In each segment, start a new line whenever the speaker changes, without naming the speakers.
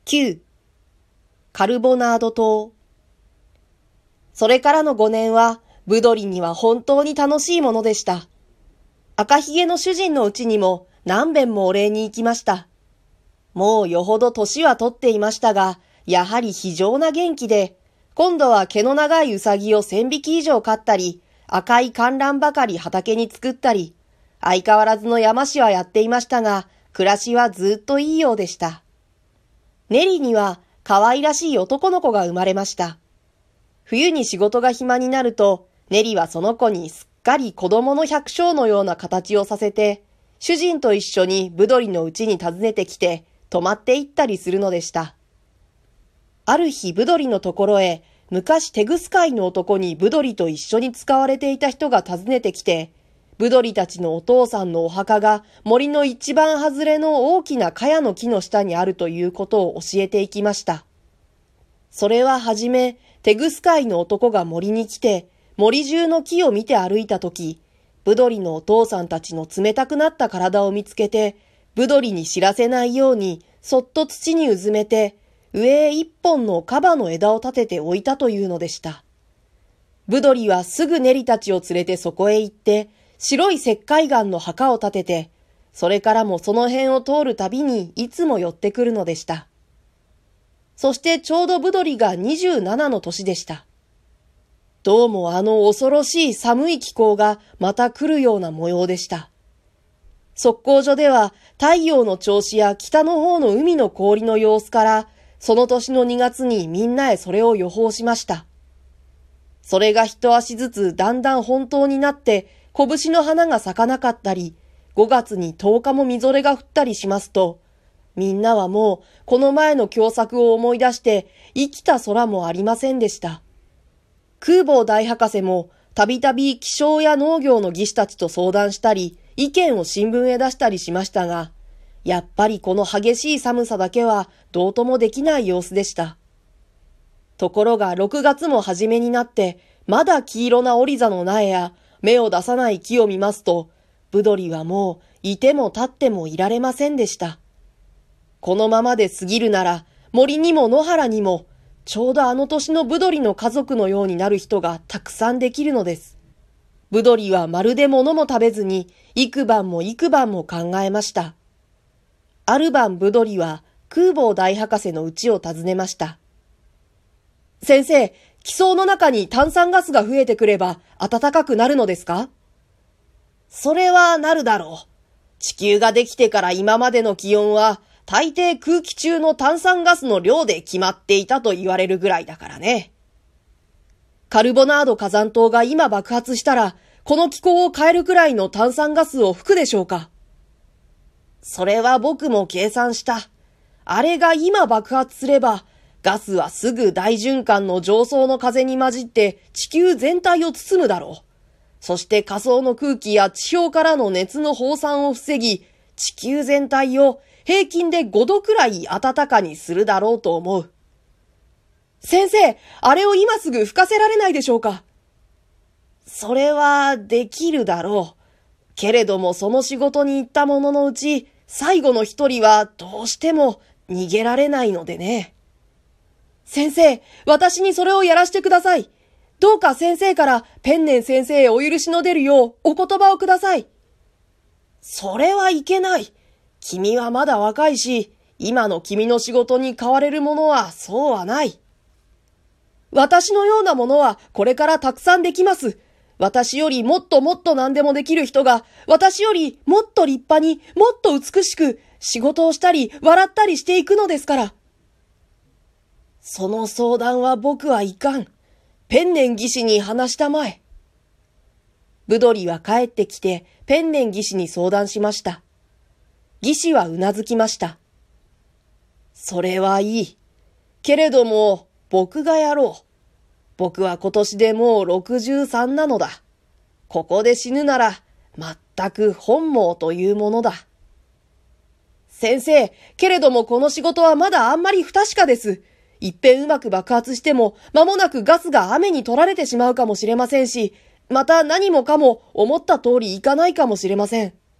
9. カルボナード島。それからの5年は、ブドリには本当に楽しいものでした。赤ひげの主人のうちにも何遍もお礼に行きました。もうよほど年は取っていましたが、やはり非常な元気で、今度は毛の長いウサギを1000匹以上飼ったり、赤い観覧ばかり畑に作ったり、相変わらずの山師はやっていましたが、暮らしはずっといいようでした。ネリには可愛らしい男の子が生まれました。冬に仕事が暇になると、ネリはその子にすっかり子供の百姓のような形をさせて、主人と一緒にブドリの家に訪ねてきて、泊まって行ったりするのでした。ある日ブドリのところへ、昔テグス界の男にブドリと一緒に使われていた人が訪ねてきて、ブドリたちのお父さんのお墓が森の一番外れの大きな茅の木の下にあるということを教えていきました。それははじめ、テグス界の男が森に来て、森中の木を見て歩いたとき、ブドリのお父さんたちの冷たくなった体を見つけて、ブドリに知らせないように、そっと土にうずめて、上へ一本のカバの枝を立てて置いたというのでした。ブドリはすぐネリたちを連れてそこへ行って、白い石灰岩の墓を建てて、それからもその辺を通るたびにいつも寄ってくるのでした。そしてちょうどブドリが27の年でした。どうもあの恐ろしい寒い気候がまた来るような模様でした。測候所では太陽の調子や北の方の海の氷の様子から、その年の2月にみんなへそれを予報しました。それが一足ずつだんだん本当になって、拳の花が咲かなかったり、5月に10日もみぞれが降ったりしますと、みんなはもうこの前の凶作を思い出して生きた空もありませんでした。空母大博士もたびたび気象や農業の技師たちと相談したり、意見を新聞へ出したりしましたが、やっぱりこの激しい寒さだけはどうともできない様子でした。ところが6月も初めになって、まだ黄色なオリザの苗や芽を出さない木を見ますと、ブドリはもういても立ってもいられませんでした。このままで過ぎるなら、森にも野原にも、ちょうどあの年のブドリの家族のようになる人がたくさんできるのです。ブドリはまるで物も食べずに、幾晩も幾晩も考えました。ある晩ブドリは空母大博士の家を訪ねました。先生、気層の中に炭酸ガスが増えてくれば暖かくなるのですか？それはなるだろう。地球ができてから今までの気温は大抵空気中の炭酸ガスの量で決まっていたと言われるぐらいだからね。カルボナード火山島が今爆発したら、この気候を変えるくらいの炭酸ガスを吹くでしょうか？それは僕も計算した。あれが今爆発すれば、ガスはすぐ大循環の上層の風に混じって地球全体を包むだろう。そして下層の空気や地表からの熱の放散を防ぎ、地球全体を平均で5度くらい暖かにするだろうと思う。先生、あれを今すぐ吹かせられないでしょうか？それはできるだろう。けれどもその仕事に行った者のうち、最後の一人はどうしても逃げられないのでね。先生、私にそれをやらしてください。どうか先生からペンネン先生へお許しの出るようお言葉をください。それはいけない。君はまだ若いし、今の君の仕事に変われるものはそうはない。私のようなものはこれからたくさんできます。私よりもっともっと何でもできる人が、私よりもっと立派にもっと美しく仕事をしたり笑ったりしていくのですから。その相談は僕はいかん。ペンネン技師に話したまえ。ブドリは帰ってきてペンネン技師に相談しました。技師はうなずきました。それはいい。けれども僕がやろう。僕は今年でもう63なのだ。ここで死ぬなら全く本望というものだ。先生、けれどもこの仕事はまだあんまり不確かです。いっぺんうまく爆発しても間もなくガスが雨に取られてしまうかもしれませんし、また何もかも思った通りいかないかもしれません。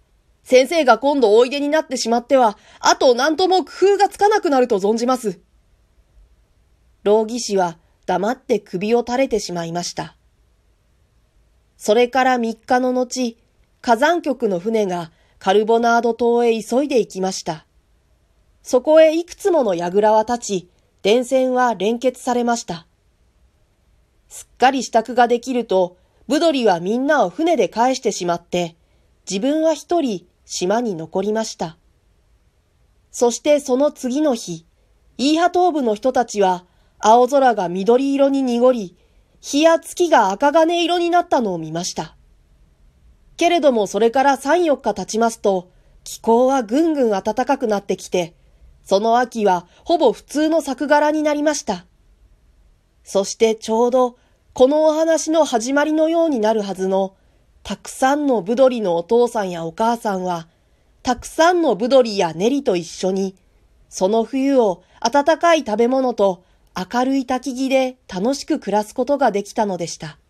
先生が今度おいでになってしまっては、あと何とも工夫がつかなくなると存じます。老技師は黙って首を垂れてしまいました。それから3日の後、火山局の船がカルボナード島へ急いで行きました。そこへいくつもの櫓は立ち、電線は連結されました。すっかり支度ができると、ブドリはみんなを船で帰してしまって、自分は一人島に残りました。そしてその次の日、イーハ東部の人たちは、青空が緑色に濁り、日や月が赤金色になったのを見ました。けれどもそれから3、4日経ちますと、気候はぐんぐん暖かくなってきて、その秋はほぼ普通の作柄になりました。そしてちょうど、このお話の始まりのようになるはずの、たくさんのブドリのお父さんやお母さんは、たくさんのブドリやネリと一緒に、その冬を温かい食べ物と明るい焚き木で楽しく暮らすことができたのでした。